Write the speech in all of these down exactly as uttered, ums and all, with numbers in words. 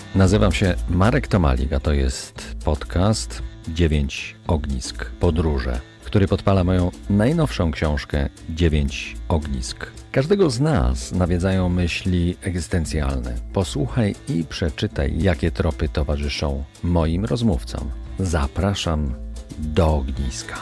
Nazywam się Marek Tomalik, a to jest podcast Dziewięć Ognisk Podróże, który podpala moją najnowszą książkę Dziewięć Ognisk. Każdego z nas nawiedzają myśli egzystencjalne. Posłuchaj i przeczytaj, jakie tropy towarzyszą moim rozmówcom. Zapraszam do ogniska.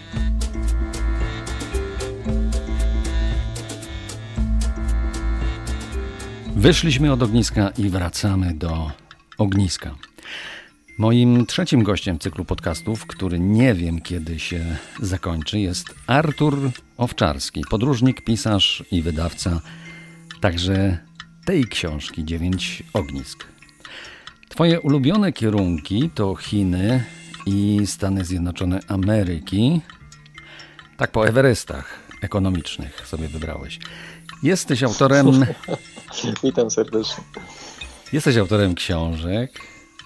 Wyszliśmy od ogniska i wracamy do ogniska. Moim trzecim gościem cyklu podcastów, który nie wiem kiedy się zakończy, jest Artur Owczarski, podróżnik, pisarz i wydawca także tej książki Dziewięć Ognisk. Twoje ulubione kierunki to Chiny i Stany Zjednoczone Ameryki. Tak po Everestach ekonomicznych sobie wybrałeś. Jesteś autorem... Witam serdecznie. Jesteś autorem książek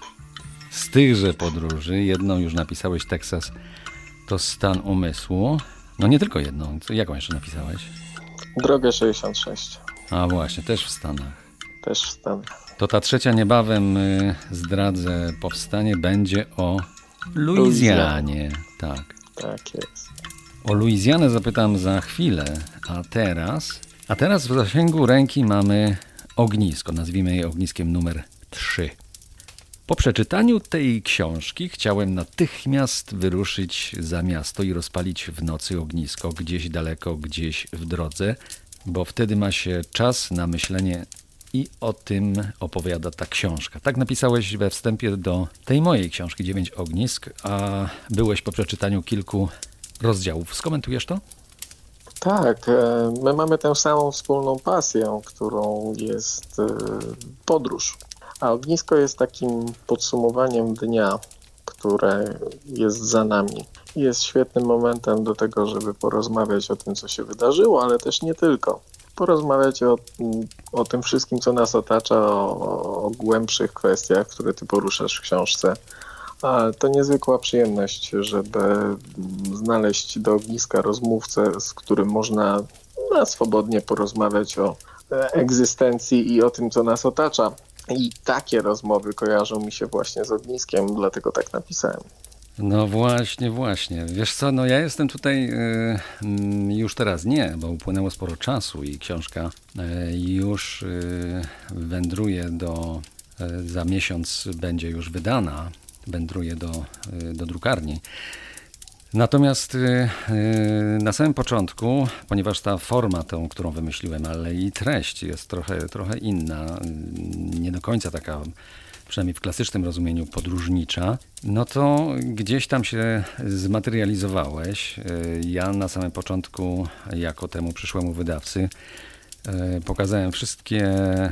z tychże podróży. Jedną już napisałeś, Teksas to stan umysłu. No nie tylko jedną. Jaką jeszcze napisałeś? Drogę sześćdziesiąt sześć. A właśnie, też w Stanach. Też w Stanach. To ta trzecia niebawem, y, zdradzę, powstanie będzie o Luizjanie. Tak. Tak jest. O Luizjanę zapytam za chwilę, a teraz... A teraz w zasięgu ręki mamy ognisko, nazwijmy je ogniskiem numer trzy. Po przeczytaniu tej książki chciałem natychmiast wyruszyć za miasto i rozpalić w nocy ognisko gdzieś daleko, gdzieś w drodze, bo wtedy ma się czas na myślenie i o tym opowiada ta książka. Tak napisałeś we wstępie do tej mojej książki Dziewięć Ognisk, a byłeś po przeczytaniu kilku rozdziałów. Skomentujesz to? Tak, my mamy tę samą wspólną pasję, którą jest podróż. A ognisko jest takim podsumowaniem dnia, które jest za nami. Jest świetnym momentem do tego, żeby porozmawiać o tym, co się wydarzyło, ale też nie tylko. Porozmawiać o, o tym wszystkim, co nas otacza, o, o głębszych kwestiach, które ty poruszasz w książce. A to niezwykła przyjemność, żeby znaleźć do ogniska rozmówcę, z którym można no, swobodnie porozmawiać o egzystencji i o tym, co nas otacza. I takie rozmowy kojarzą mi się właśnie z ogniskiem, dlatego tak napisałem. No właśnie, właśnie. Wiesz co, no ja jestem tutaj y, już teraz nie, bo upłynęło sporo czasu i książka y, już y, wędruje do, y, za miesiąc będzie już wydana. Wędruje do, do drukarni. Natomiast yy, na samym początku, ponieważ ta forma tą, którą wymyśliłem, ale i treść jest trochę, trochę inna, nie do końca taka, przynajmniej w klasycznym rozumieniu, podróżnicza, no to gdzieś tam się zmaterializowałeś. Yy, ja na samym początku, jako temu przyszłemu wydawcy, yy, pokazałem wszystkie...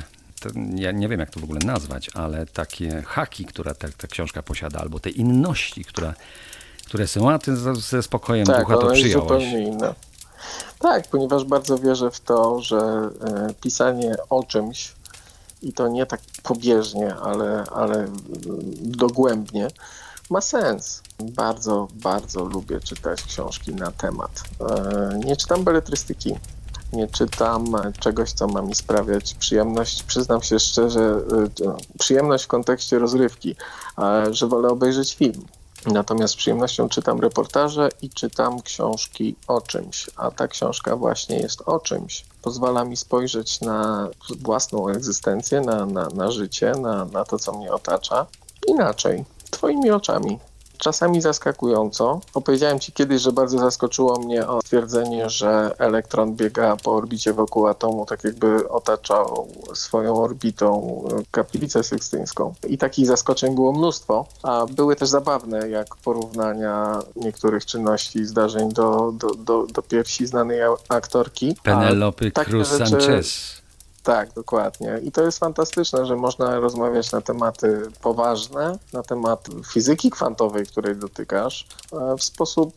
Ja nie wiem, jak to w ogóle nazwać, ale takie haki, które ta, ta książka posiada, albo te inności, które, które są, a ty ze spokojem tak, ducha to przyjąłeś. Zupełnie inne. Tak, ponieważ bardzo wierzę w to, że e, pisanie o czymś, i to nie tak pobieżnie, ale, ale dogłębnie, ma sens. Bardzo, bardzo lubię czytać książki na temat. E, nie czytam beletrystyki. Nie czytam czegoś, co ma mi sprawiać przyjemność. Przyznam się szczerze, przyjemność w kontekście rozrywki, że wolę obejrzeć film. Natomiast z przyjemnością czytam reportaże i czytam książki o czymś. A ta książka właśnie jest o czymś. Pozwala mi spojrzeć na własną egzystencję, na, na, na życie, na, na to, co mnie otacza. Inaczej, twoimi oczami. Czasami zaskakująco. Opowiedziałem ci kiedyś, że bardzo zaskoczyło mnie o stwierdzenie, że elektron biega po orbicie wokół atomu, tak jakby otaczał swoją orbitą kaplicę sykstyńską. I takich zaskoczeń było mnóstwo, a były też zabawne, jak porównania niektórych czynności i zdarzeń do, do, do, do piersi znanej aktorki. Penelopy Cruz Sanchez. Tak, dokładnie. I to jest fantastyczne, że można rozmawiać na tematy poważne, na temat fizyki kwantowej, której dotykasz, w sposób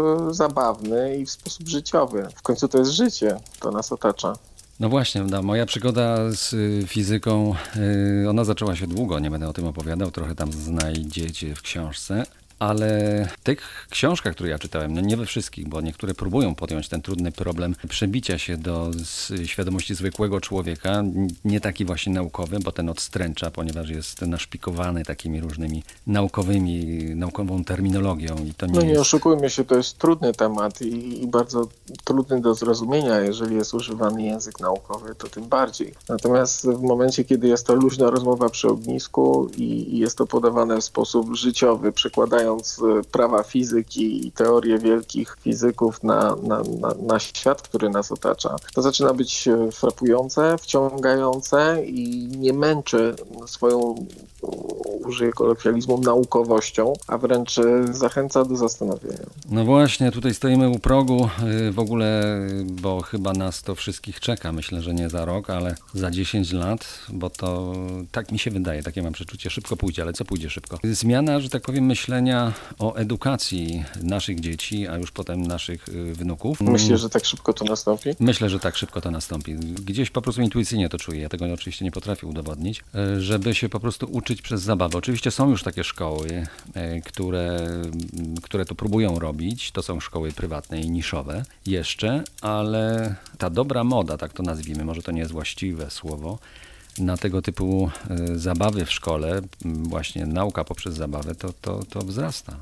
zabawny i w sposób życiowy. W końcu to jest życie, to nas otacza. No właśnie, no, moja przygoda z fizyką, ona zaczęła się długo, nie będę o tym opowiadał, trochę tam znajdziecie w książce. Ale w tych książkach, które ja czytałem, no nie we wszystkich, bo niektóre próbują podjąć ten trudny problem przebicia się do świadomości zwykłego człowieka, nie taki właśnie naukowy, bo ten odstręcza, ponieważ jest naszpikowany takimi różnymi naukowymi, naukową terminologią i to nie No nie jest... oszukujmy się, to jest trudny temat i, i bardzo trudny do zrozumienia. Jeżeli jest używany język naukowy, to tym bardziej. Natomiast w momencie, kiedy jest to luźna rozmowa przy ognisku i, i jest to podawane w sposób życiowy, przekładając prawa fizyki i teorie wielkich fizyków na, na, na, na świat, który nas otacza, to zaczyna być frapujące, wciągające i nie męczy swoją, użyję kolokwializmu, naukowością, a wręcz zachęca do zastanowienia. No właśnie, tutaj stoimy u progu y, w ogóle, bo chyba nas to wszystkich czeka. Myślę, że nie za rok, ale za dziesięć lat, bo to tak mi się wydaje, takie mam przeczucie, szybko pójdzie, ale co pójdzie szybko? Zmiana, że tak powiem, myślenia o edukacji naszych dzieci, a już potem naszych y, wnuków. Myślisz, że tak szybko to nastąpi? Myślę, że tak szybko to nastąpi. Gdzieś po prostu intuicyjnie to czuję, ja tego oczywiście nie potrafię udowodnić, y, żeby się po prostu uczyć przez zabawę. Oczywiście są już takie szkoły, y, które, y, które to próbują robić. To są szkoły prywatne i niszowe jeszcze, ale ta dobra moda, tak to nazwijmy, może to nie jest właściwe słowo, na tego typu y, zabawy w szkole, y, właśnie nauka poprzez zabawę, to, to, to wzrasta.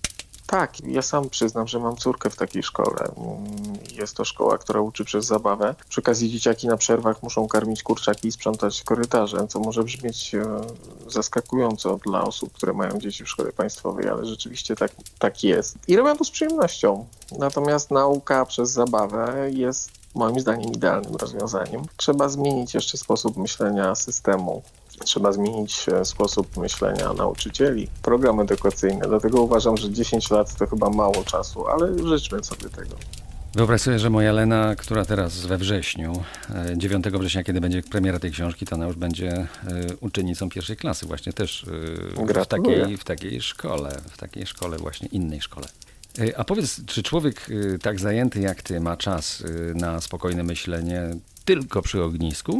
Tak, ja sam przyznam, że mam córkę w takiej szkole. Jest to szkoła, która uczy przez zabawę. Przy okazji dzieciaki na przerwach muszą karmić kurczaki i sprzątać korytarze, co może brzmieć zaskakująco dla osób, które mają dzieci w szkole państwowej, ale rzeczywiście tak, tak jest. I robią to z przyjemnością. Natomiast nauka przez zabawę jest moim zdaniem idealnym rozwiązaniem. Trzeba zmienić jeszcze sposób myślenia systemu. Trzeba zmienić sposób myślenia nauczycieli, program edukacyjny. Dlatego uważam, że dziesięć lat to chyba mało czasu, ale życzmy sobie tego. Wyobraź sobie, że moja Lena, która teraz we wrześniu, dziewiątego września, kiedy będzie premiera tej książki, to ona już będzie uczennicą pierwszej klasy, właśnie też w takiej, w takiej szkole, w takiej szkole, właśnie innej szkole. A powiedz, czy człowiek tak zajęty jak ty ma czas na spokojne myślenie tylko przy ognisku?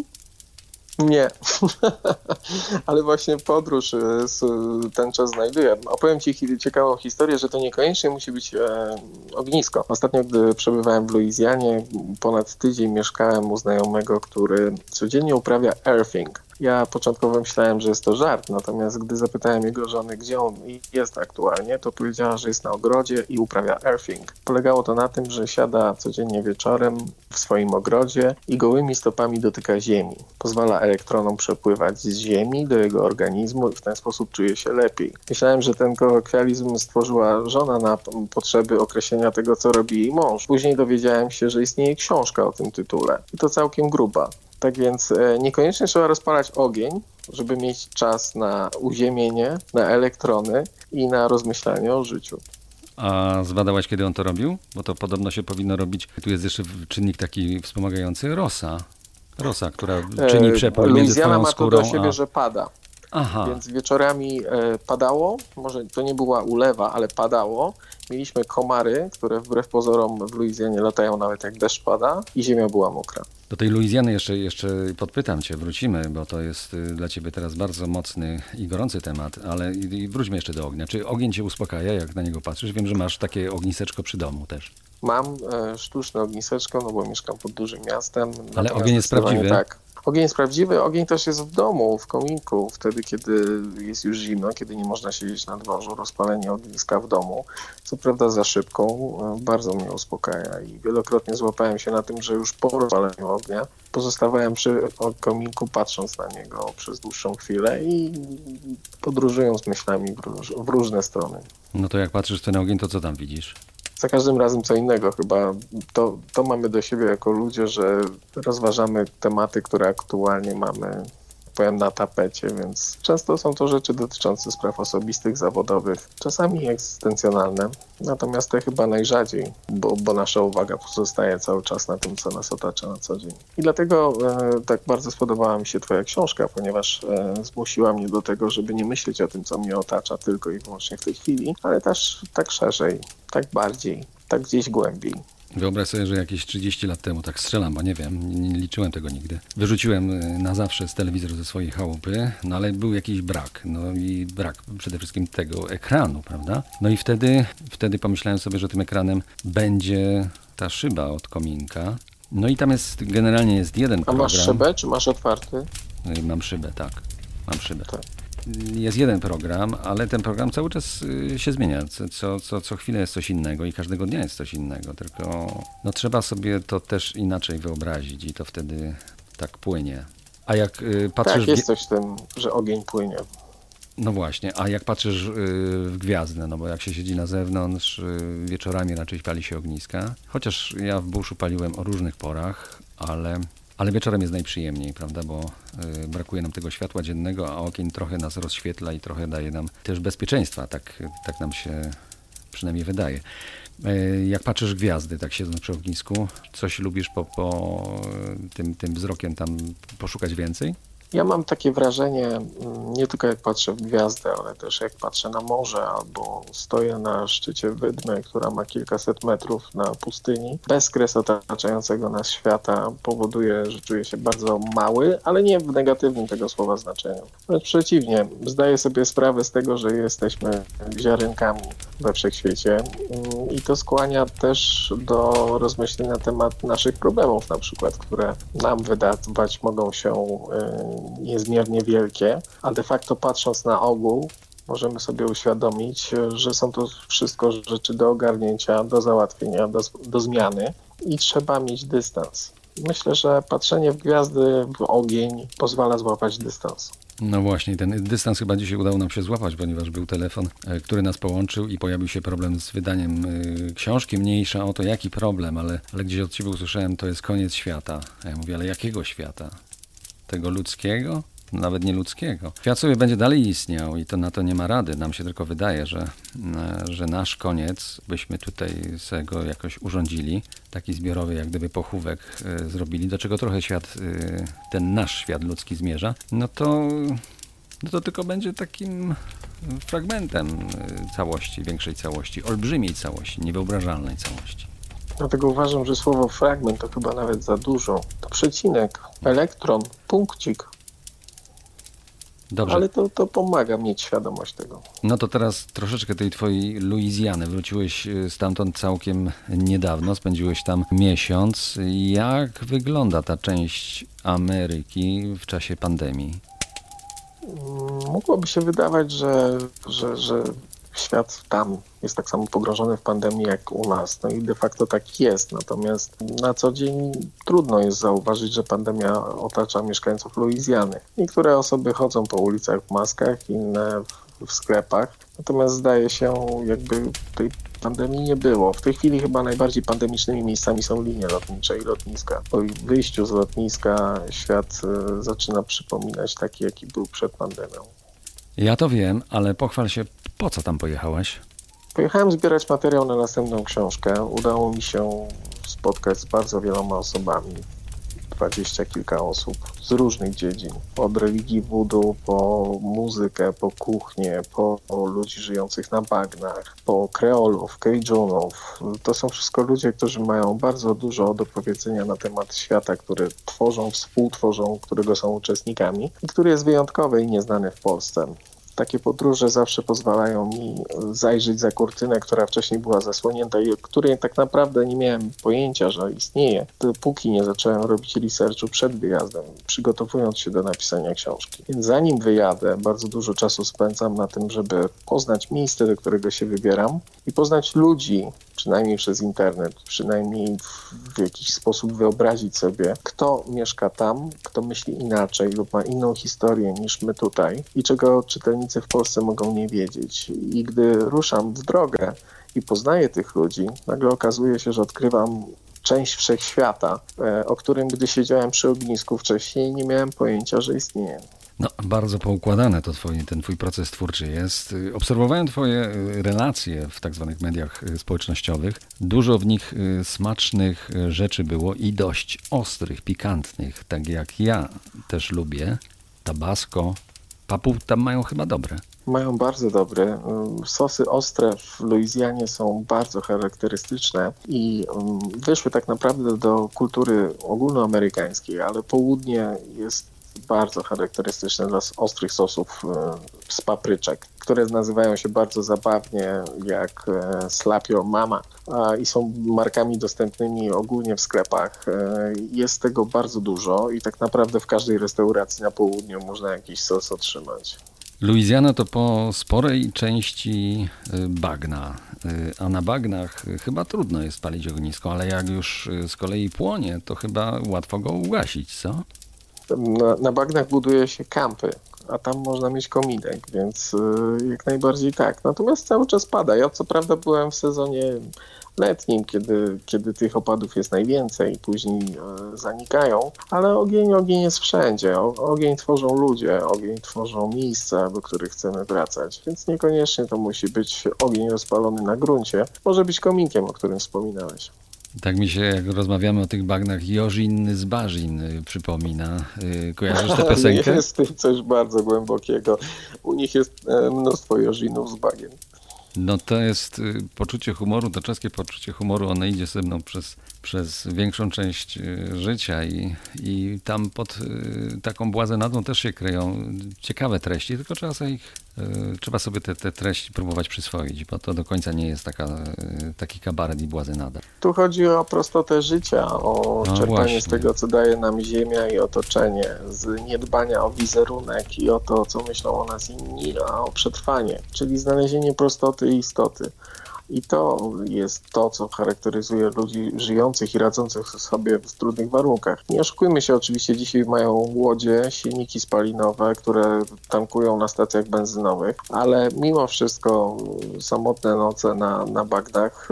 Nie, ale właśnie podróż ten czas znajduje. Opowiem ci ciekawą historię, że to niekoniecznie musi być e, ognisko. Ostatnio, gdy przebywałem w Luizjanie, ponad tydzień mieszkałem u znajomego, który codziennie uprawia earthing. Ja początkowo myślałem, że jest to żart, natomiast gdy zapytałem jego żony, gdzie on jest aktualnie, to powiedziała, że jest na ogrodzie i uprawia earthing. Polegało to na tym, że siada codziennie wieczorem w swoim ogrodzie i gołymi stopami dotyka ziemi. Pozwala elektronom przepływać z ziemi do jego organizmu i w ten sposób czuje się lepiej. Myślałem, że ten kolokwializm stworzyła żona na potrzeby określenia tego, co robi jej mąż. Później dowiedziałem się, że istnieje książka o tym tytule i to całkiem gruba. Tak więc niekoniecznie trzeba rozpalać ogień, żeby mieć czas na uziemienie, na elektrony i na rozmyślanie o życiu. A zbadałaś, kiedy on to robił? Bo to podobno się powinno robić. Tu jest jeszcze czynnik taki wspomagający, rosa. Rosa, która czyni przepływ między Luizjana twoją ma to skórą, do siebie, a... że pada. Aha. Więc wieczorami e, padało, może to nie była ulewa, ale padało. Mieliśmy komary, które wbrew pozorom w Luizjanie latają nawet jak deszcz pada i ziemia była mokra. Do tej Luizjany jeszcze, jeszcze podpytam cię, wrócimy, bo to jest dla ciebie teraz bardzo mocny i gorący temat, ale i, i wróćmy jeszcze do ognia. Czy ogień cię uspokaja, jak na niego patrzysz? Wiem, że masz takie ogniseczko przy domu też. Mam e, sztuczne ogniseczko, no bo mieszkam pod dużym miastem. Ale ogień jest prawdziwy? Tak. Ogień jest prawdziwy, ogień też jest w domu, w kominku, wtedy kiedy jest już zimno, kiedy nie można siedzieć na dworzu, rozpalenie ogniska w domu, co prawda za szybką, bardzo mnie uspokaja i wielokrotnie złapałem się na tym, że już po rozpaleniu ognia pozostawałem przy kominku patrząc na niego przez dłuższą chwilę i podróżując myślami w, róż, w różne strony. No to jak patrzysz ten ogień, to co tam widzisz? Za każdym razem co innego chyba. To, to mamy do siebie jako ludzie, że rozważamy tematy, które aktualnie mamy, powiem, na tapecie, więc często są to rzeczy dotyczące spraw osobistych, zawodowych, czasami egzystencjonalne, natomiast to chyba najrzadziej, bo, bo nasza uwaga pozostaje cały czas na tym, co nas otacza na co dzień. I dlatego e, tak bardzo spodobała mi się twoja książka, ponieważ e, zmusiła mnie do tego, żeby nie myśleć o tym, co mnie otacza tylko i wyłącznie w tej chwili, ale też tak szerzej, tak bardziej, tak gdzieś głębiej. Wyobraź sobie, że jakieś trzydzieści lat temu, tak strzelam, bo nie wiem, nie, nie liczyłem tego nigdy. Wyrzuciłem y, na zawsze z telewizor ze swojej chałupy, no ale był jakiś brak. No i brak przede wszystkim tego ekranu, prawda? No i wtedy, wtedy pomyślałem sobie, że tym ekranem będzie ta szyba od kominka. No i tam jest, generalnie jest jeden A program. masz szybę, czy masz otwarty? Y, Mam szybę, tak. Mam szybę. Tak. Jest jeden program, ale ten program cały czas y, się zmienia. Co, co, co chwilę jest coś innego i każdego dnia jest coś innego. Tylko no, trzeba sobie to też inaczej wyobrazić i to wtedy tak płynie. A jak y, patrzysz... Tak, w jest gie- coś w tym, że ogień płynie. No właśnie, a jak patrzysz y, w gwiazdę, no bo jak się siedzi na zewnątrz, y, wieczorami raczej pali się ogniska. Chociaż ja w buszu paliłem o różnych porach, ale... Ale wieczorem jest najprzyjemniej, prawda, bo y, brakuje nam tego światła dziennego, a ogień trochę nas rozświetla i trochę daje nam też bezpieczeństwa, tak, tak nam się przynajmniej wydaje. Y, jak patrzysz w gwiazdy, tak siedząc przy ognisku, coś lubisz po, po tym, tym wzrokiem tam poszukać więcej? Ja mam takie wrażenie, mm, nie tylko jak patrzę w gwiazdę, ale też jak patrzę na morze albo stoję na szczycie wydmy, która ma kilkaset metrów na pustyni. Bezkres otaczającego nas świata powoduje, że czuję się bardzo mały, ale nie w negatywnym tego słowa znaczeniu. Wręcz przeciwnie, zdaję sobie sprawę z tego, że jesteśmy ziarenkami we wszechświecie mm, i to skłania też do rozmyśleń na temat naszych problemów, na przykład, które nam wydawać mogą się y, niezmiernie wielkie, a de facto patrząc na ogół możemy sobie uświadomić, że są to wszystko rzeczy do ogarnięcia, do załatwienia, do, do zmiany i trzeba mieć dystans. Myślę, że patrzenie w gwiazdy, w ogień pozwala złapać dystans. No właśnie, ten dystans chyba dzisiaj udało nam się złapać, ponieważ był telefon, e, który nas połączył i pojawił się problem z wydaniem e, książki. Mniejsza o to, jaki problem, ale, ale gdzieś od ciebie usłyszałem, to jest koniec świata. A ja mówię, ale jakiego świata? Tego ludzkiego? Nawet nie ludzkiego. Świat sobie będzie dalej istniał i to na to nie ma rady. Nam się tylko wydaje, że, e, że nasz koniec, byśmy tutaj sobie go jakoś urządzili, taki zbiorowy jak gdyby pochówek e, zrobili, do czego trochę świat, e, ten nasz świat ludzki zmierza, no to, no to tylko będzie takim fragmentem e, całości, większej całości, olbrzymiej całości, niewyobrażalnej całości. Dlatego uważam, że słowo fragment to chyba nawet za dużo. To przecinek, elektron, punkcik, Dobrze. ale to, to pomaga mieć świadomość tego. No to teraz troszeczkę tej twojej Luizjany. Wróciłeś stamtąd całkiem niedawno, spędziłeś tam miesiąc. Jak wygląda ta część Ameryki w czasie pandemii? Mogłoby się wydawać, że, że, że świat tam jest tak samo pogrążony w pandemii jak u nas. No i de facto tak jest. Natomiast na co dzień trudno jest zauważyć, że pandemia otacza mieszkańców Luizjany. Niektóre osoby chodzą po ulicach w maskach, inne w, w sklepach. Natomiast zdaje się, jakby tej pandemii nie było. W tej chwili chyba najbardziej pandemicznymi miejscami są linie lotnicze i lotniska. Po wyjściu z lotniska świat y, zaczyna przypominać taki, jaki był przed pandemią. Ja to wiem, ale pochwal się, po co tam pojechałeś? Pojechałem zbierać materiał na następną książkę. Udało mi się spotkać z bardzo wieloma osobami. Dwadzieścia kilka osób z różnych dziedzin. Od religii wudu, po muzykę, po kuchnię, po ludzi żyjących na bagnach, po kreolów, kejdżunów. To są wszystko ludzie, którzy mają bardzo dużo do powiedzenia na temat świata, który tworzą, współtworzą, którego są uczestnikami i który jest wyjątkowy i nieznany w Polsce. Takie podróże zawsze pozwalają mi zajrzeć za kurtynę, która wcześniej była zasłonięta i o której tak naprawdę nie miałem pojęcia, że istnieje, dopóki nie zacząłem robić researchu przed wyjazdem, przygotowując się do napisania książki. Więc zanim wyjadę, bardzo dużo czasu spędzam na tym, żeby poznać miejsce, do którego się wybieram i poznać ludzi, przynajmniej przez internet, przynajmniej w, w jakiś sposób wyobrazić sobie, kto mieszka tam, kto myśli inaczej lub ma inną historię niż my tutaj i czego czytelnicy w Polsce mogą nie wiedzieć. I gdy ruszam w drogę i poznaję tych ludzi, nagle okazuje się, że odkrywam część wszechświata, o którym gdy siedziałem przy ognisku wcześniej, nie miałem pojęcia, że istnieje. No, bardzo poukładane to twoi, ten twój proces twórczy jest. Obserwowałem twoje relacje w tak zwanych mediach społecznościowych. Dużo w nich smacznych rzeczy było i dość ostrych, pikantnych, tak jak ja też lubię. Tabasco, papów tam mają chyba dobre. Mają bardzo dobre. Sosy ostre w Luizjanie są bardzo charakterystyczne i wyszły tak naprawdę do kultury ogólnoamerykańskiej, ale południe jest bardzo charakterystyczne dla ostrych sosów z papryczek, które nazywają się bardzo zabawnie jak Slap Your Mama i są markami dostępnymi ogólnie w sklepach. Jest tego bardzo dużo i tak naprawdę w każdej restauracji na południu można jakiś sos otrzymać. Luizjana to po sporej części bagna, a na bagnach chyba trudno jest palić ognisko, ale jak już z kolei płonie, to chyba łatwo go ugasić, co? Na, na bagnach buduje się kampy, a tam można mieć kominek, więc jak najbardziej tak. Natomiast cały czas pada. Ja co prawda byłem w sezonie letnim, kiedy, kiedy tych opadów jest najwięcej, później e, zanikają, ale ogień, ogień jest wszędzie. O, ogień tworzą ludzie, ogień tworzą miejsca, do których chcemy wracać, więc niekoniecznie to musi być ogień rozpalony na gruncie. Może być kominkiem, o którym wspominałeś. Tak mi się, jak rozmawiamy o tych bagnach, Jożin z Barzin przypomina. Kojarzysz tę piosenkę? Jest w tym coś bardzo głębokiego. U nich jest mnóstwo Jożinów z bagien. No to jest poczucie humoru, to czeskie poczucie humoru, ono idzie ze mną przez, przez większą część życia i, i tam pod taką błazenadą też się kryją ciekawe treści, tylko trzeba sobie, ich, trzeba sobie te, te treści próbować przyswoić, bo to do końca nie jest taka, taki kabaret i błazenada. Tu chodzi o prostotę życia, o no czerpanie właśnie. z tego, co daje nam ziemia i otoczenie, z niedbania o wizerunek i o to, co myślą o nas inni, a o przetrwanie, czyli znalezienie prostoty i istoty. I to jest to, co charakteryzuje ludzi żyjących i radzących sobie w trudnych warunkach. Nie oszukujmy się, oczywiście dzisiaj mają łodzie, silniki spalinowe, które tankują na stacjach benzynowych, ale mimo wszystko samotne noce na, na bagnach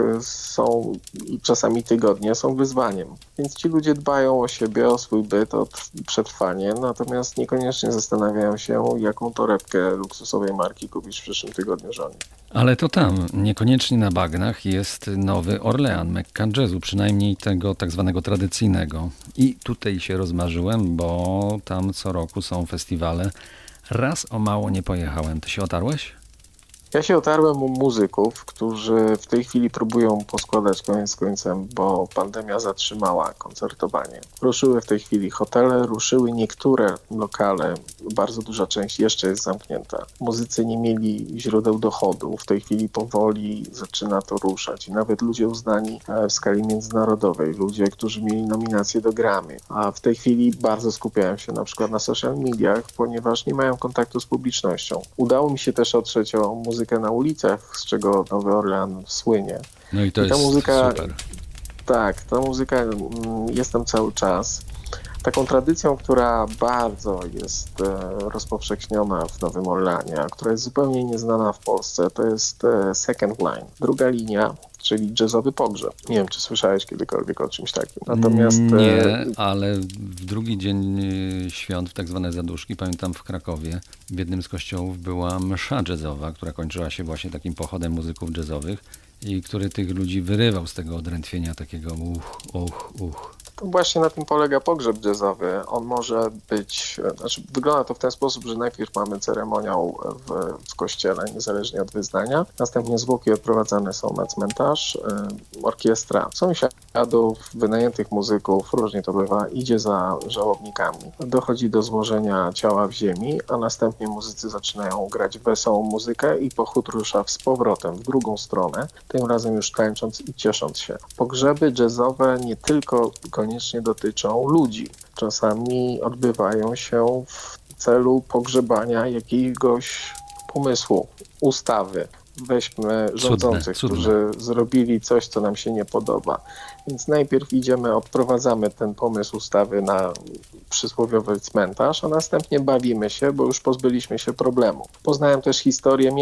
są i czasami tygodnie są wyzwaniem. Więc ci ludzie dbają o siebie, o swój byt, o przetrwanie, natomiast niekoniecznie zastanawiają się, jaką torebkę luksusowej marki kupić w przyszłym tygodniu żonie. Ale to tam, niekoniecznie na bagnach, jest Nowy Orlean, Mekka jazzu, przynajmniej tego tak zwanego tradycyjnego. I tutaj się rozmarzyłem, bo tam co roku są festiwale. Raz o mało nie pojechałem. Ty się otarłeś? Ja się otarłem u muzyków, którzy w tej chwili próbują poskładać koniec z końcem, bo pandemia zatrzymała koncertowanie. Ruszyły w tej chwili hotele, ruszyły niektóre lokale, bardzo duża część jeszcze jest zamknięta. Muzycy nie mieli źródeł dochodu, w tej chwili powoli zaczyna to ruszać i nawet ludzie uznani w skali międzynarodowej, ludzie, którzy mieli nominacje do Grammy, a w tej chwili bardzo skupiają się na przykład na social mediach, ponieważ nie mają kontaktu z publicznością. Udało mi się też otrzeć o muzykę na ulicach, z czego Nowy Orlean słynie. No i to I ta jest muzyka, super. Tak, ta muzyka jest tam cały czas. Taką tradycją, która bardzo jest e, rozpowszechniona w Nowym Orleanie, a która jest zupełnie nieznana w Polsce, to jest e, second line, druga linia, czyli jazzowy pogrzeb. Nie wiem, czy słyszałeś kiedykolwiek o czymś takim. Natomiast Nie, e, ale w drugi dzień świąt, w tak zwane zaduszki, pamiętam w Krakowie, w jednym z kościołów była msza jazzowa, która kończyła się właśnie takim pochodem muzyków jazzowych i który tych ludzi wyrywał z tego odrętwienia takiego uch, uch, uch. To właśnie na tym polega pogrzeb jazzowy. On może być, znaczy wygląda to w ten sposób, że najpierw mamy ceremoniał w, w kościele, niezależnie od wyznania. Następnie zwłoki odprowadzane są na cmentarz. Orkiestra sąsiadów, wynajętych muzyków, różnie to bywa, idzie za żałobnikami. Dochodzi do złożenia ciała w ziemi, a następnie muzycy zaczynają grać wesołą muzykę i pochód rusza z powrotem w drugą stronę, tym razem już tańcząc i ciesząc się. Pogrzeby jazzowe nie tylko koniecznie dotyczą ludzi. Czasami odbywają się w celu pogrzebania jakiegoś pomysłu, ustawy. Weźmy rządzących, cudne, którzy zrobili coś, co nam się nie podoba. Więc najpierw idziemy, odprowadzamy ten pomysł ustawy na przysłowiowy cmentarz, a następnie bawimy się, bo już pozbyliśmy się problemu. Poznałem też historię miasta,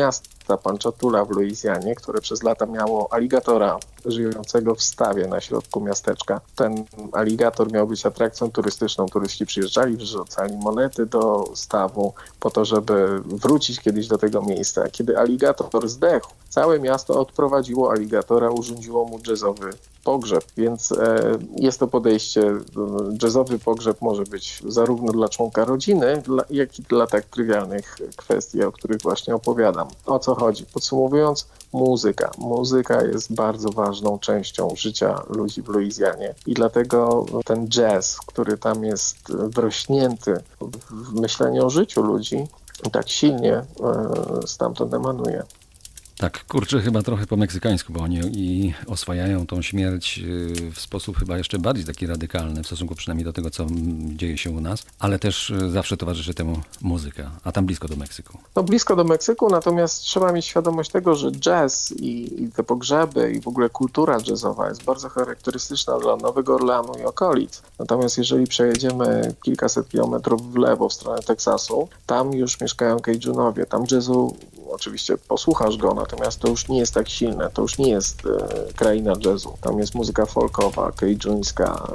miasta Panchatula w Luizjanie, które przez lata miało aligatora żyjącego w stawie na środku miasteczka. Ten aligator miał być atrakcją turystyczną. Turyści przyjeżdżali, wrzucali monety do stawu po to, żeby wrócić kiedyś do tego miejsca. Kiedy aligator zdechł, całe miasto odprowadziło aligatora, urządziło mu jazzowy pogrzeb, więc e, jest to podejście, jazzowy pogrzeb może być zarówno dla członka rodziny, dla, jak i dla tak trywialnych kwestii, o których właśnie opowiadam. O co chodzi? Podsumowując, muzyka. Muzyka jest bardzo ważną częścią życia ludzi w Luizjanie i dlatego ten jazz, który tam jest wrośnięty w myślenie o życiu ludzi, tak silnie e, stamtąd emanuje. Tak, kurczę, chyba trochę po meksykańsku, bo oni i oswajają tą śmierć w sposób chyba jeszcze bardziej taki radykalny, w stosunku przynajmniej do tego, co dzieje się u nas, ale też zawsze towarzyszy temu muzyka, a tam blisko do Meksyku. No blisko do Meksyku, natomiast trzeba mieć świadomość tego, że jazz i, i te pogrzeby i w ogóle kultura jazzowa jest bardzo charakterystyczna dla Nowego Orleanu i okolic. Natomiast jeżeli przejedziemy kilkaset kilometrów w lewo w stronę Teksasu, tam już mieszkają Cajunowie, tam jazzu oczywiście posłuchasz go, natomiast to już nie jest tak silne, to już nie jest e, kraina jazzu. Tam jest muzyka folkowa, cajuńska,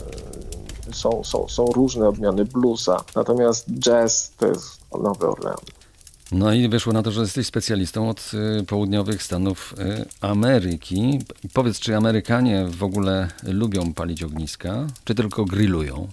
e, są, są, są różne odmiany bluesa, natomiast jazz to jest Nowy Orlean. No i wyszło na to, że jesteś specjalistą od y, południowych Stanów y, Ameryki. I powiedz, czy Amerykanie w ogóle lubią palić ogniska, czy tylko grillują?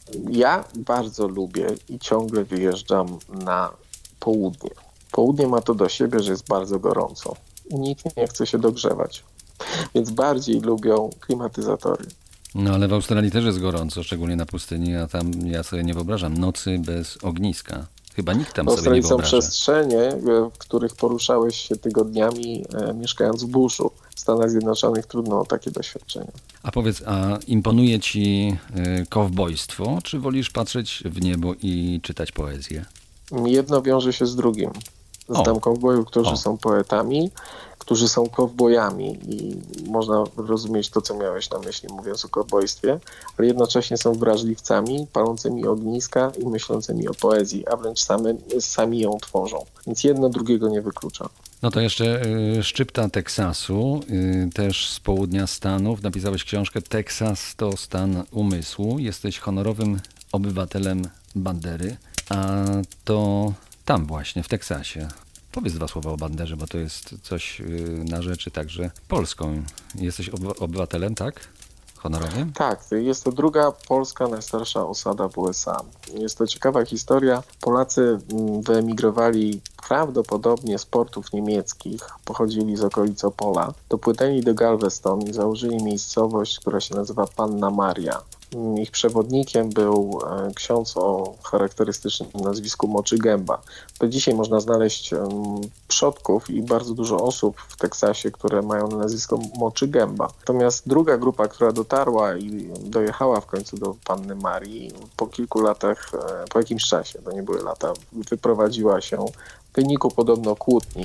Ja bardzo lubię i ciągle wyjeżdżam na południe. Południe ma to do siebie, że jest bardzo gorąco. Nikt nie chce się dogrzewać, więc bardziej lubią klimatyzatory. No ale w Australii też jest gorąco, szczególnie na pustyni, a tam ja sobie nie wyobrażam nocy bez ogniska. Chyba nikt tam W sobie nie Australii są wyobraża. przestrzenie, w których poruszałeś się tygodniami e, mieszkając w buszu. W Stanach Zjednoczonych trudno o takie doświadczenia. A powiedz, a imponuje ci y, kowbojstwo, czy wolisz patrzeć w niebo i czytać poezję? Jedno wiąże się z drugim. Znam kowbojów, którzy O. są poetami, którzy są kowbojami i można rozumieć to, co miałeś na myśli, mówiąc o kowbojstwie, ale jednocześnie są wrażliwcami, palącymi ogniska i myślącymi o poezji, a wręcz same, sami ją tworzą. Więc jedno drugiego nie wyklucza. No to jeszcze y, szczypta Teksasu, y, też z południa Stanów. Napisałeś książkę Teksas to stan umysłu. Jesteś honorowym obywatelem Bandery, a to tam właśnie, w Teksasie. Powiedz dwa słowa o Banderze, bo to jest coś y, na rzeczy także polską. Jesteś ob- obywatelem, tak? Honorowym? Tak, jest to druga polska najstarsza osada w U S A. Jest to ciekawa historia. Polacy wyemigrowali prawdopodobnie z portów niemieckich, pochodzili z okolic Opola, dopłynęli do Galveston i założyli miejscowość, która się nazywa Panna Maria. Ich przewodnikiem był ksiądz o charakterystycznym nazwisku Moczy Gęba. Do dzisiaj można znaleźć przodków i bardzo dużo osób w Teksasie, które mają nazwisko Moczy Gęba. Natomiast druga grupa, która dotarła i dojechała w końcu do Panny Marii, po kilku latach, po jakimś czasie, to nie były lata, wyprowadziła się w wyniku podobno kłótni.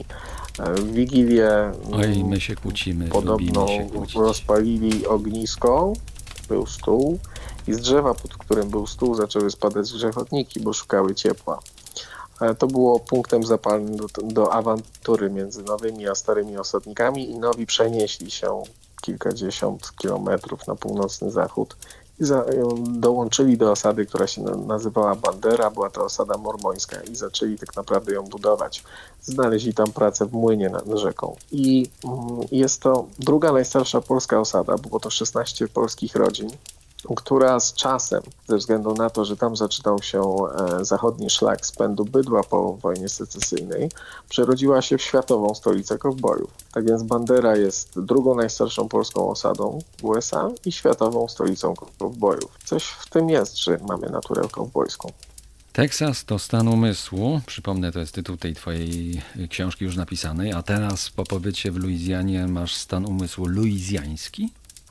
W Wigilię Oj, my się kłócimy, podobno lubimy się kłócić. rozpalili ognisko, był stół i z drzewa, pod którym był stół, zaczęły spadać grzechotniki, bo szukały ciepła. To było punktem zapalnym do, do awantury między nowymi a starymi osadnikami i nowi przenieśli się kilkadziesiąt kilometrów na północny zachód i za, dołączyli do osady, która się nazywała Bandera. Była to osada mormońska i zaczęli tak naprawdę ją budować. Znaleźli tam pracę w młynie nad rzeką. I jest to druga najstarsza polska osada, było to szesnaście polskich rodzin, która z czasem, ze względu na to, że tam zaczynał się e, zachodni szlak spędu bydła po wojnie secesyjnej, przerodziła się w światową stolicę kowbojów. Tak więc Bandera jest drugą najstarszą polską osadą w U S A i światową stolicą kowbojów. Coś w tym jest, że mamy naturę kowbojską. Teksas to stan umysłu. Przypomnę, to jest tytuł tej twojej książki już napisanej, a teraz po pobycie w Luizjanie masz stan umysłu luizjański?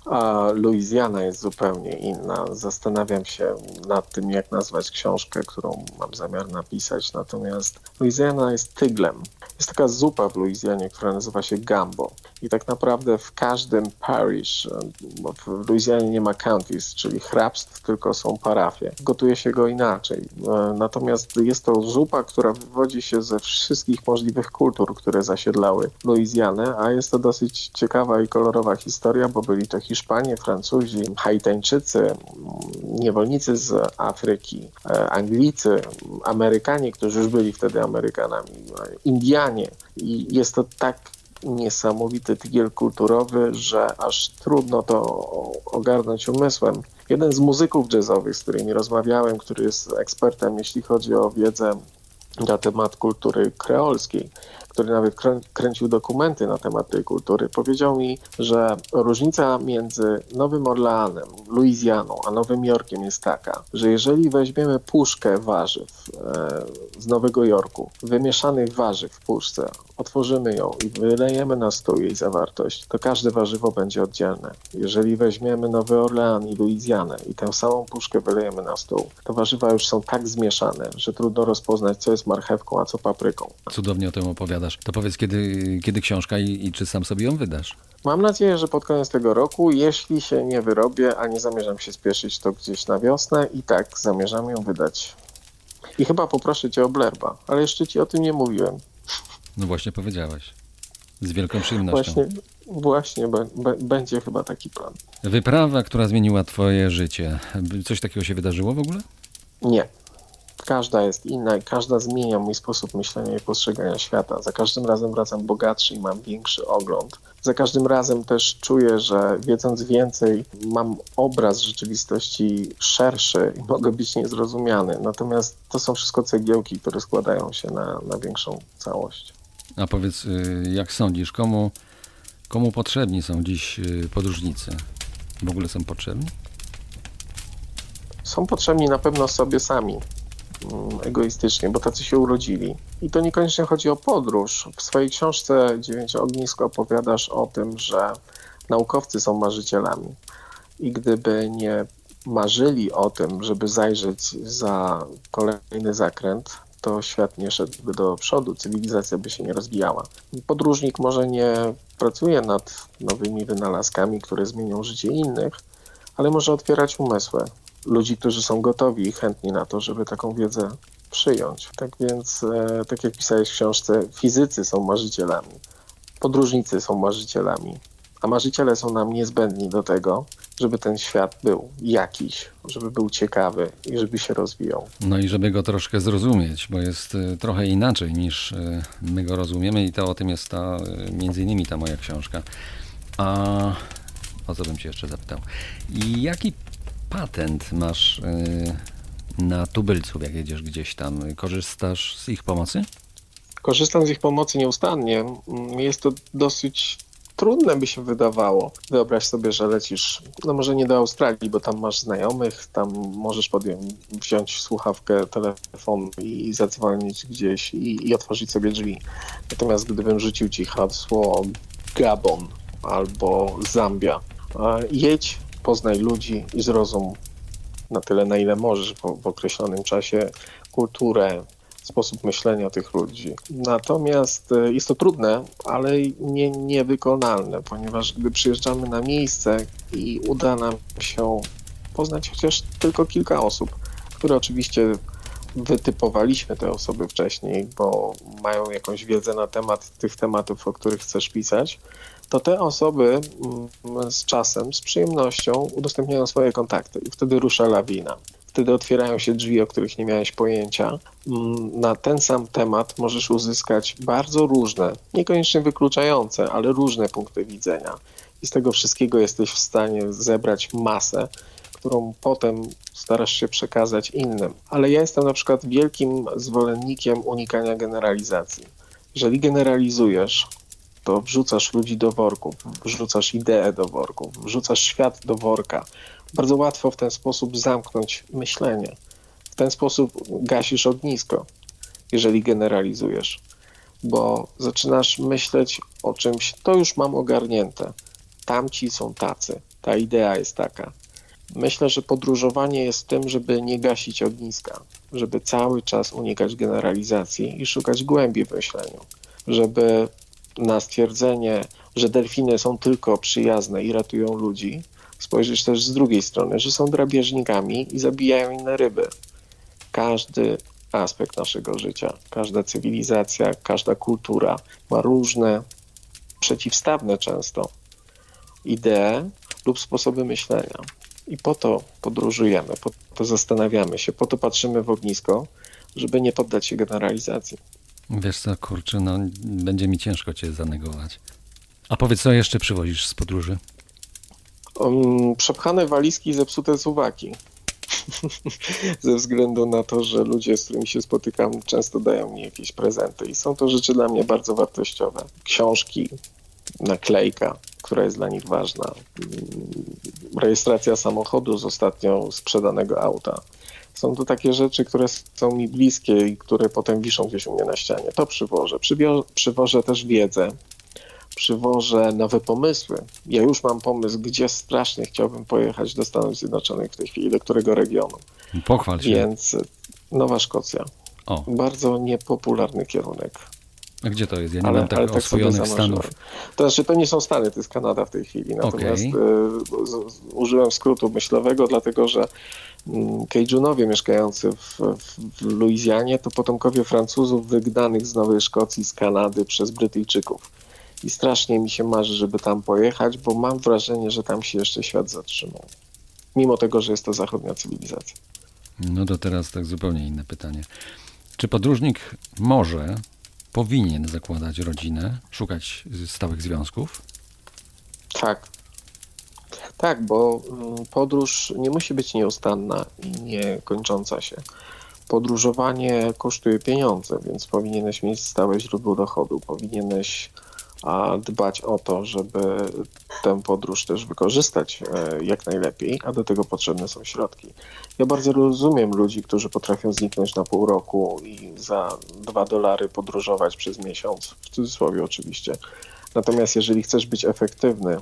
A Luizjana jest zupełnie inna. Zastanawiam się nad tym, jak nazwać książkę, którą mam zamiar napisać. Natomiast Luizjana jest tyglem. Jest taka zupa w Luizjanie, która nazywa się gambo. I tak naprawdę w każdym parish, bo w Luizjanie nie ma counties, czyli hrabstw, tylko są parafie. Gotuje się go inaczej. Natomiast jest to zupa, która wywodzi się ze wszystkich możliwych kultur, które zasiedlały Luizjanę, a jest to dosyć ciekawa i kolorowa historia, bo byli to Hiszpanie, Francuzi, Haitańczycy, niewolnicy z Afryki, Anglicy, Amerykanie, którzy już byli wtedy Amerykanami, Indianie. I jest to tak niesamowity tygiel kulturowy, że aż trudno to ogarnąć umysłem. Jeden z muzyków jazzowych, z którymi rozmawiałem, który jest ekspertem, jeśli chodzi o wiedzę na temat kultury kreolskiej, który nawet krę- kręcił dokumenty na temat tej kultury, powiedział mi, że różnica między Nowym Orleanem, Luizjaną, a Nowym Jorkiem jest taka, że jeżeli weźmiemy puszkę warzyw e, z Nowego Jorku, wymieszanych warzyw w puszce, otworzymy ją i wylejemy na stół jej zawartość, to każde warzywo będzie oddzielne. Jeżeli weźmiemy Nowy Orlean i Luizjanę i tę samą puszkę wylejemy na stół, to warzywa już są tak zmieszane, że trudno rozpoznać, co jest marchewką, a co papryką. Cudownie o tym opowiadasz. To powiedz, kiedy, kiedy książka i, i czy sam sobie ją wydasz? Mam nadzieję, że pod koniec tego roku, jeśli się nie wyrobię, a nie zamierzam się spieszyć, to gdzieś na wiosnę i tak zamierzam ją wydać. I chyba poproszę cię o blerba, ale jeszcze ci o tym nie mówiłem. No właśnie powiedziałeś. Z wielką przyjemnością. Właśnie, właśnie b- b- będzie chyba taki plan. Wyprawa, która zmieniła twoje życie. Coś takiego się wydarzyło w ogóle? Nie. Każda jest inna i każda zmienia mój sposób myślenia i postrzegania świata. Za każdym razem wracam bogatszy i mam większy ogląd. Za każdym razem też czuję, że wiedząc więcej, mam obraz rzeczywistości szerszy i mogę być niezrozumiany. Natomiast to są wszystko cegiełki, które składają się na, na większą całość. A powiedz, jak sądzisz, komu, komu potrzebni są dziś podróżnicy? W ogóle są potrzebni? Są potrzebni na pewno sobie sami. Egoistycznie, bo tacy się urodzili. I to niekoniecznie chodzi o podróż. W swojej książce Dziewięć ognisk opowiadasz o tym, że naukowcy są marzycielami. I gdyby nie marzyli o tym, żeby zajrzeć za kolejny zakręt, to świat nie szedłby do przodu, cywilizacja by się nie rozwijała. Podróżnik może nie pracuje nad nowymi wynalazkami, które zmienią życie innych, ale może otwierać umysły ludzi, którzy są gotowi i chętni na to, żeby taką wiedzę przyjąć. Tak więc, e, tak jak pisałeś w książce, fizycy są marzycielami, podróżnicy są marzycielami, a marzyciele są nam niezbędni do tego, żeby ten świat był jakiś, żeby był ciekawy i żeby się rozwijał. No i żeby go troszkę zrozumieć, bo jest y, trochę inaczej niż y, my go rozumiemy i to o tym jest ta, y, między innymi ta moja książka. A o co bym cię jeszcze zapytał? I jaki patent masz y, na tubylców, jak jedziesz gdzieś tam? Korzystasz z ich pomocy? Korzystam z ich pomocy nieustannie. Jest to dosyć trudne, by się wydawało. Wyobraź sobie, że lecisz, no może nie do Australii, bo tam masz znajomych, tam możesz podjąć, wziąć słuchawkę, telefon i zadzwonić gdzieś i, i otworzyć sobie drzwi. Natomiast gdybym rzucił ci hasło Gabon albo Zambia, jedź, poznaj ludzi i zrozum na tyle, na ile możesz w, w określonym czasie kulturę, sposób myślenia tych ludzi. Natomiast jest to trudne, ale nie, niewykonalne, ponieważ gdy przyjeżdżamy na miejsce i uda nam się poznać chociaż tylko kilka osób, które oczywiście wytypowaliśmy te osoby wcześniej, bo mają jakąś wiedzę na temat tych tematów, o których chcesz pisać, to te osoby z czasem, z przyjemnością udostępniają swoje kontakty i wtedy rusza lawina. Wtedy otwierają się drzwi, o których nie miałeś pojęcia. Na ten sam temat możesz uzyskać bardzo różne, niekoniecznie wykluczające, ale różne punkty widzenia. I z tego wszystkiego jesteś w stanie zebrać masę, którą potem starasz się przekazać innym. Ale ja jestem na przykład wielkim zwolennikiem unikania generalizacji. Jeżeli generalizujesz, to wrzucasz ludzi do worków, wrzucasz ideę do worków, wrzucasz świat do worka. Bardzo łatwo w ten sposób zamknąć myślenie. W ten sposób gasisz ognisko, jeżeli generalizujesz, bo zaczynasz myśleć o czymś, to już mam ogarnięte. Tamci są tacy, ta idea jest taka. Myślę, że podróżowanie jest tym, żeby nie gasić ogniska, żeby cały czas unikać generalizacji i szukać głębi w myśleniu, żeby na stwierdzenie, że delfiny są tylko przyjazne i ratują ludzi, spojrzeć też z drugiej strony, że są drapieżnikami i zabijają inne ryby. Każdy aspekt naszego życia, każda cywilizacja, każda kultura ma różne, przeciwstawne często idee lub sposoby myślenia. I po to podróżujemy, po to zastanawiamy się, po to patrzymy w ognisko, żeby nie poddać się generalizacji. Wiesz co, kurczę, no będzie mi ciężko cię zanegować. A powiedz, co jeszcze przywozisz z podróży? Um, przepchane walizki i zepsute suwaki. Ze względu na to, że ludzie, z którymi się spotykam, często dają mi jakieś prezenty i są to rzeczy dla mnie bardzo wartościowe. Książki, naklejka, która jest dla nich ważna, rejestracja samochodu z ostatnio sprzedanego auta. Są to takie rzeczy, które są mi bliskie i które potem wiszą gdzieś u mnie na ścianie. To przywożę. Przywio- przywożę też wiedzę. Przywożę nowe pomysły. Ja już mam pomysł, gdzie strasznie chciałbym pojechać do Stanów Zjednoczonych w tej chwili, do którego regionu. Pochwal się. Więc Nowa Szkocja. O, Bardzo niepopularny kierunek. a gdzie to jest? Ja nie Ale, mam tak ale tak sobie oswojonych zamarzyłem. Stanów. To znaczy, to nie są Stany, to jest Kanada w tej chwili. Natomiast Okej. y, z, z, użyłem skrótu myślowego, dlatego że mm, Cajúnowie mieszkający w, w, w Luizjanie to potomkowie Francuzów wygnanych z Nowej Szkocji, z Kanady przez Brytyjczyków. I strasznie mi się marzy, żeby tam pojechać, bo mam wrażenie, że tam się jeszcze świat zatrzymał. Mimo tego, że jest to zachodnia cywilizacja. No to teraz tak zupełnie inne pytanie. Czy podróżnik może, powinien zakładać rodzinę, szukać stałych związków? Tak. Tak, bo mm, podróż nie musi być nieustanna i niekończąca się. Podróżowanie kosztuje pieniądze, więc powinieneś mieć stałe źródło dochodu. Powinieneś a, dbać o to, żeby tę podróż też wykorzystać e, jak najlepiej, a do tego potrzebne są środki. Ja bardzo rozumiem ludzi, którzy potrafią zniknąć na pół roku i za dwa dolary podróżować przez miesiąc, w cudzysłowie oczywiście. Natomiast jeżeli chcesz być efektywny,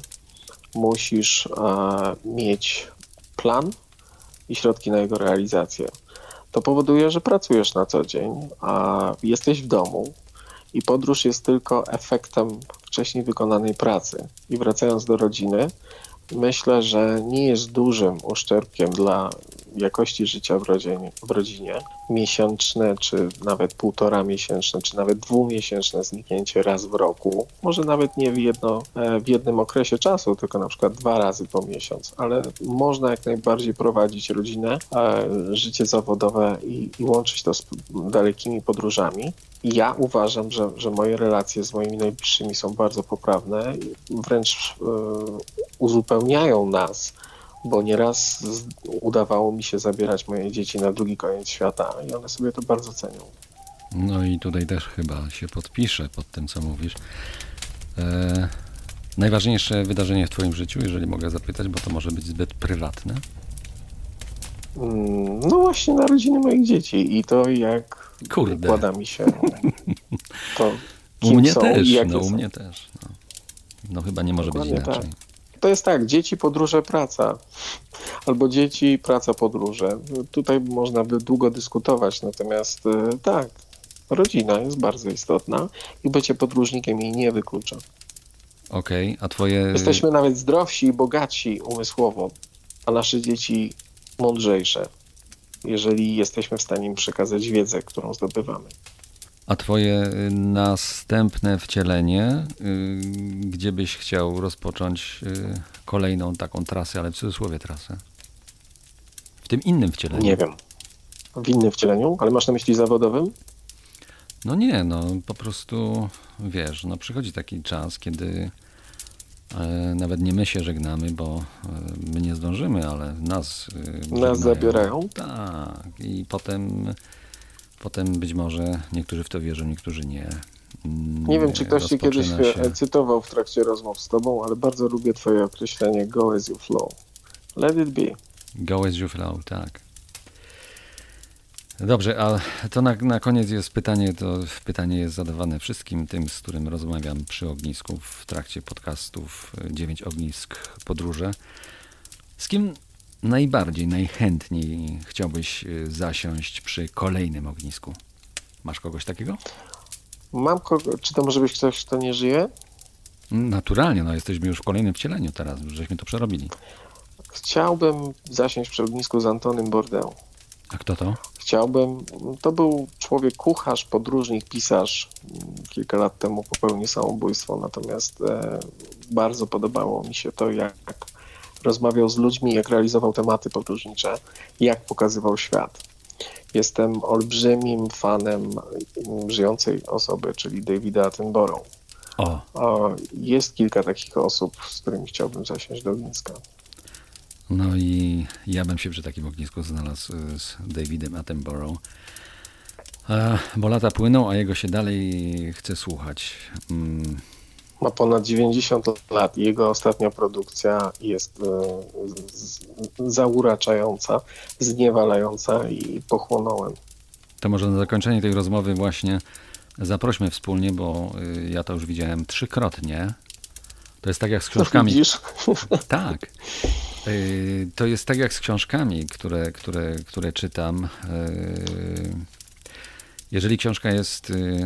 musisz e, mieć plan i środki na jego realizację. To powoduje, że pracujesz na co dzień, a jesteś w domu i podróż jest tylko efektem wcześniej wykonanej pracy. I wracając do rodziny, myślę, że nie jest dużym uszczerbkiem dla jakości życia w rodzinie, w rodzinie miesięczne, czy nawet półtora miesięczne, czy nawet dwumiesięczne zniknięcie raz w roku. Może nawet nie w, jedno, w jednym okresie czasu, tylko na przykład dwa razy po miesiąc, ale można jak najbardziej prowadzić rodzinę, życie zawodowe i, i łączyć to z dalekimi podróżami. Ja uważam, że, że moje relacje z moimi najbliższymi są bardzo poprawne, wręcz yy, uzupełniają nas, bo nieraz z, udawało mi się zabierać moje dzieci na drugi koniec świata i one sobie to bardzo cenią. No i tutaj też chyba się podpiszę pod tym, co mówisz. E, najważniejsze wydarzenie w twoim życiu, jeżeli mogę zapytać, bo to może być zbyt prywatne? Mm, no właśnie narodziny moich dzieci i to jak Kurde. układa mi się to, U kim mnie są też, i jakie no u są. mnie też. No, no chyba nie może Dokładnie być inaczej. tak. To jest tak, dzieci, podróże, praca. Albo dzieci, praca, podróże. Tutaj można by długo dyskutować, natomiast y, tak, rodzina jest bardzo istotna i bycie podróżnikiem jej nie wyklucza. Okej, a twoje... Jesteśmy nawet zdrowsi i bogatsi umysłowo, a nasze dzieci mądrzejsze, jeżeli jesteśmy w stanie im przekazać wiedzę, którą zdobywamy. A twoje y, następne wcielenie, y, gdzie byś chciał rozpocząć y, kolejną taką trasę, ale w cudzysłowie trasę? W tym innym wcieleniu? Nie wiem. W innym wcieleniu, ale masz na myśli zawodowym? No nie, no po prostu wiesz, no przychodzi taki czas, kiedy e, nawet nie my się żegnamy, bo e, my nie zdążymy, ale nas e, żegnają. zabierają? Tak, i potem, potem być może niektórzy w to wierzą, niektórzy nie. Nie wiem, czy ktoś się kiedyś Rozpoczyna się- cytował w trakcie rozmów z tobą, ale bardzo lubię twoje określenie go as you flow. Let it be. Go as you flow, tak. Dobrze, a to na, na koniec jest pytanie, to pytanie jest zadawane wszystkim tym, z którym rozmawiam przy ognisku w trakcie podcastów dziewięć ognisk podróże. Z kim najbardziej, najchętniej chciałbyś y, zasiąść przy kolejnym ognisku? Masz kogoś takiego? Mam kogo, czy to może być ktoś, kto nie żyje? Naturalnie, no jesteśmy już w kolejnym wcieleniu teraz, już żeśmy to przerobili. Chciałbym zasiąść przy ognisku z Antonym Bourdain. A kto to? Chciałbym, to był człowiek kucharz, podróżnik, pisarz. Kilka lat temu popełnił samobójstwo, natomiast e, bardzo podobało mi się to, jak rozmawiał z ludźmi, jak realizował tematy podróżnicze, jak pokazywał świat. Jestem olbrzymim fanem żyjącej osoby, czyli Davida Attenborough. O, O, jest kilka takich osób, z którymi chciałbym zasiąść do ogniska. no i ja bym się przy takim ognisku znalazł y, z Davidem Attenborough. E, bo lata płyną, a jego się dalej chce słuchać. Mm, Ma ponad dziewięćdziesiąt lat i jego ostatnia produkcja jest e, z, zauraczająca, zniewalająca i pochłonąłem. To może na zakończenie tej rozmowy właśnie zaprośmy wspólnie, bo y, ja to już widziałem trzykrotnie. To jest tak jak z Co książkami. widzisz? Tak. Y, To jest tak jak z książkami, które, które, które czytam. Y, Jeżeli książka jest y, y,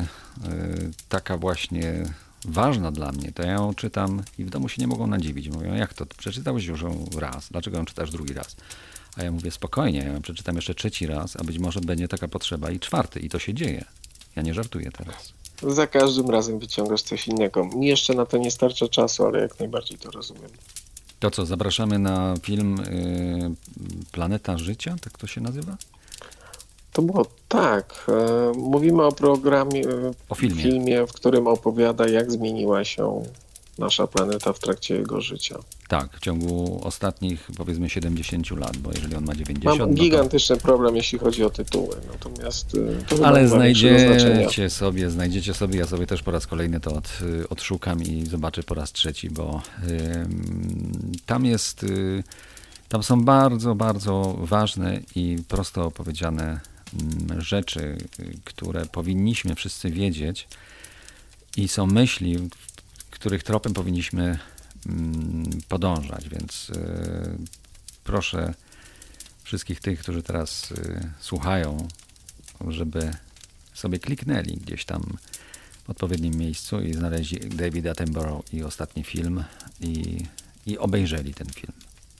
taka właśnie ważna dla mnie, to ja ją czytam i w domu się nie mogą nadziwić. Mówią, jak to? Przeczytałeś już ją raz, dlaczego ją czytasz drugi raz? A ja mówię, spokojnie, ja ją przeczytam jeszcze trzeci raz, a być może będzie taka potrzeba i czwarty. I to się dzieje. Ja nie żartuję teraz. Za każdym razem wyciągasz coś innego. Mi jeszcze na to nie starcza czasu, ale jak najbardziej to rozumiem. To co, zapraszamy na film y, Planeta Życia, tak to się nazywa? To było tak. E, mówimy o programie, e, O filmie. filmie, w którym opowiada, jak zmieniła się nasza planeta w trakcie jego życia. Tak, w ciągu ostatnich powiedzmy siedemdziesięciu lat, bo jeżeli on ma dziewięćdziesiąt, Mam no to... gigantyczny problem, jeśli chodzi o tytuły. Natomiast e, to chyba Ale nie ma większego znaczenia. znajdziecie sobie, znajdziecie sobie, ja sobie też po raz kolejny to od, odszukam i zobaczę po raz trzeci, bo ym, tam jest, y, tam są bardzo, bardzo ważne i prosto opowiedziane ym, rzeczy, y, które powinniśmy wszyscy wiedzieć i są myśli, w których tropem powinniśmy ym, podążać, więc y, proszę wszystkich tych, którzy teraz y, słuchają, żeby sobie kliknęli gdzieś tam w odpowiednim miejscu i znaleźli David Attenborough i ostatni film i, i obejrzeli ten film.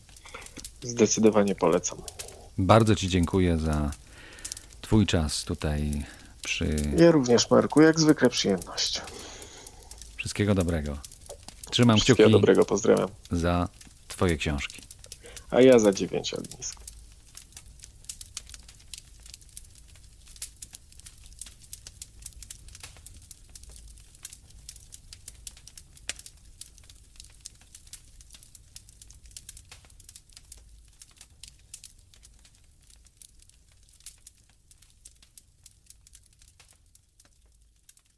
Zdecydowanie polecam. Bardzo Ci dziękuję za Twój czas tutaj przy... Ja również, Marku, jak zwykle przyjemność. Wszystkiego dobrego. Trzymam Wszystkiego kciuki dobrego, pozdrawiam. za Twoje książki. A ja za dziewięć ognisk.